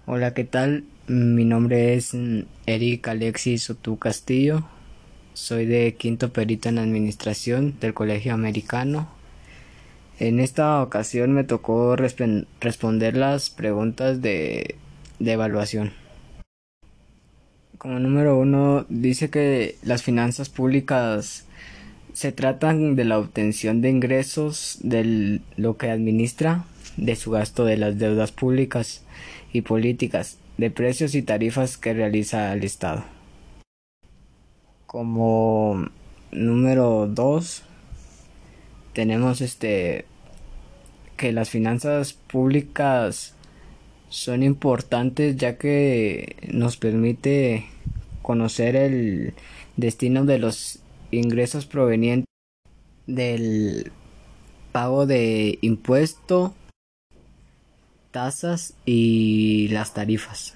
Hola, ¿qué tal? Mi nombre es Eric Alexis Sotu Castillo. Soy de quinto perito en administración del Colegio Americano. En esta ocasión me tocó responder las preguntas de evaluación. Como número uno, dice que las finanzas públicas se tratan de la obtención de ingresos de lo que administra, de su gasto de las deudas públicas y políticas, de precios y tarifas que realiza el Estado. Como número 2 tenemos que las finanzas públicas son importantes ya que nos permite conocer el destino de los ingresos provenientes del pago de impuesto, tasas y las tarifas.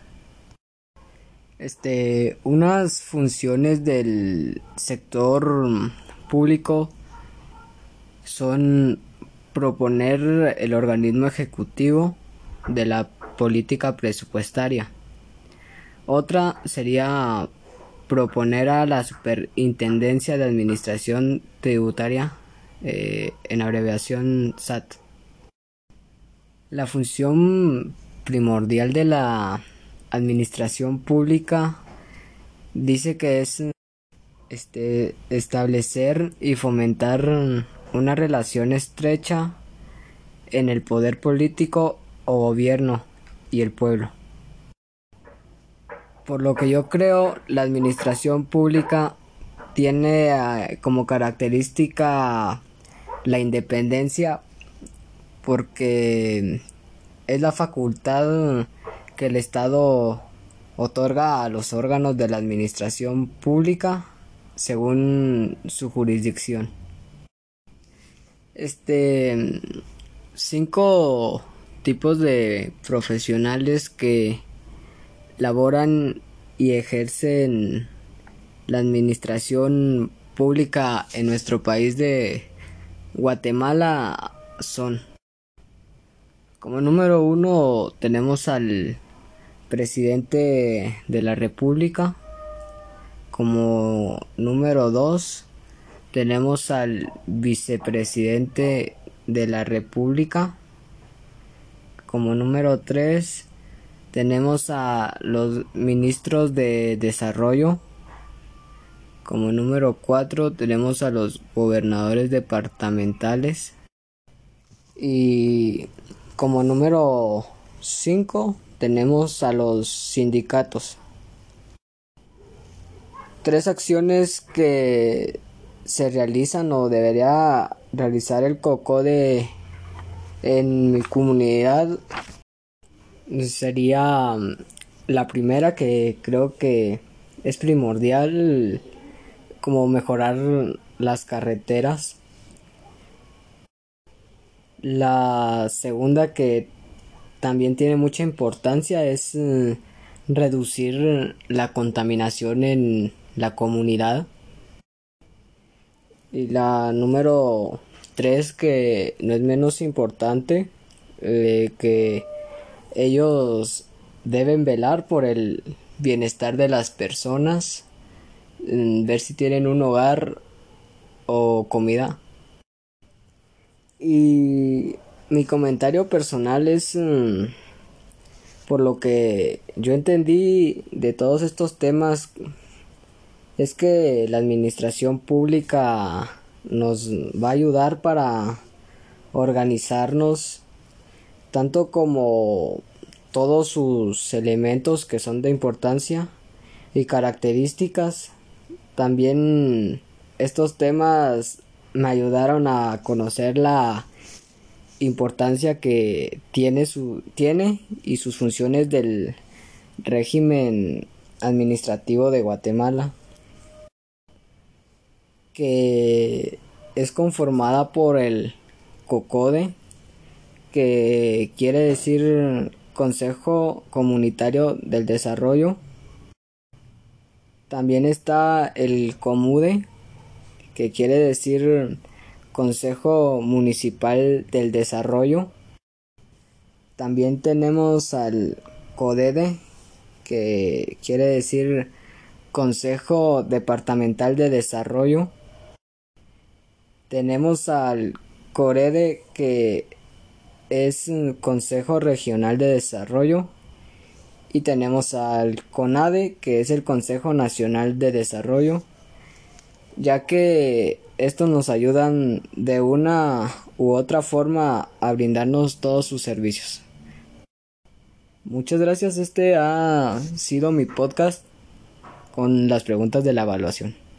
Unas funciones del sector público son proponer el organismo ejecutivo de la política presupuestaria. Otra sería proponer a la Superintendencia de Administración Tributaria, en abreviación SAT. La función primordial de la administración pública dice que es establecer y fomentar una relación estrecha en el poder político o gobierno y el pueblo. Por lo que yo creo, la administración pública tiene como característica la independencia, porque es la facultad que el Estado otorga a los órganos de la administración pública según su jurisdicción. Cinco tipos de profesionales que laboran y ejercen la administración pública en nuestro país de Guatemala son: como número uno tenemos al presidente de la República. Como número 2 tenemos al vicepresidente de la República. Como número 3 tenemos a los ministros de desarrollo. Como número 4 tenemos a los gobernadores departamentales. Y como número 5 tenemos a los sindicatos. Tres acciones que se realizan o debería realizar el COCODE en mi comunidad sería la primera, que creo que es primordial, como mejorar las carreteras. La segunda, que también tiene mucha importancia, es reducir la contaminación en la comunidad. Y la número 3, que no es menos importante, que ellos deben velar por el bienestar de las personas, ver si tienen un hogar o comida. Y mi comentario personal es, por lo que yo entendí de todos estos temas, es que la administración pública nos va a ayudar para organizarnos, tanto como todos sus elementos que son de importancia y características. También estos temas me ayudaron a conocer la importancia que tiene y sus funciones del régimen administrativo de Guatemala, que es conformada por el COCODE, que quiere decir Consejo Comunitario del Desarrollo. También está el COMUDE, que quiere decir Consejo Municipal del Desarrollo. También tenemos al CODEDE, que quiere decir Consejo Departamental de Desarrollo. Tenemos al COREDE, que es Consejo Regional de Desarrollo. Y tenemos al CONADE, que es el Consejo Nacional de Desarrollo, ya que estos nos ayudan de una u otra forma a brindarnos todos sus servicios. Muchas gracias, este ha sido mi podcast con las preguntas de la evaluación.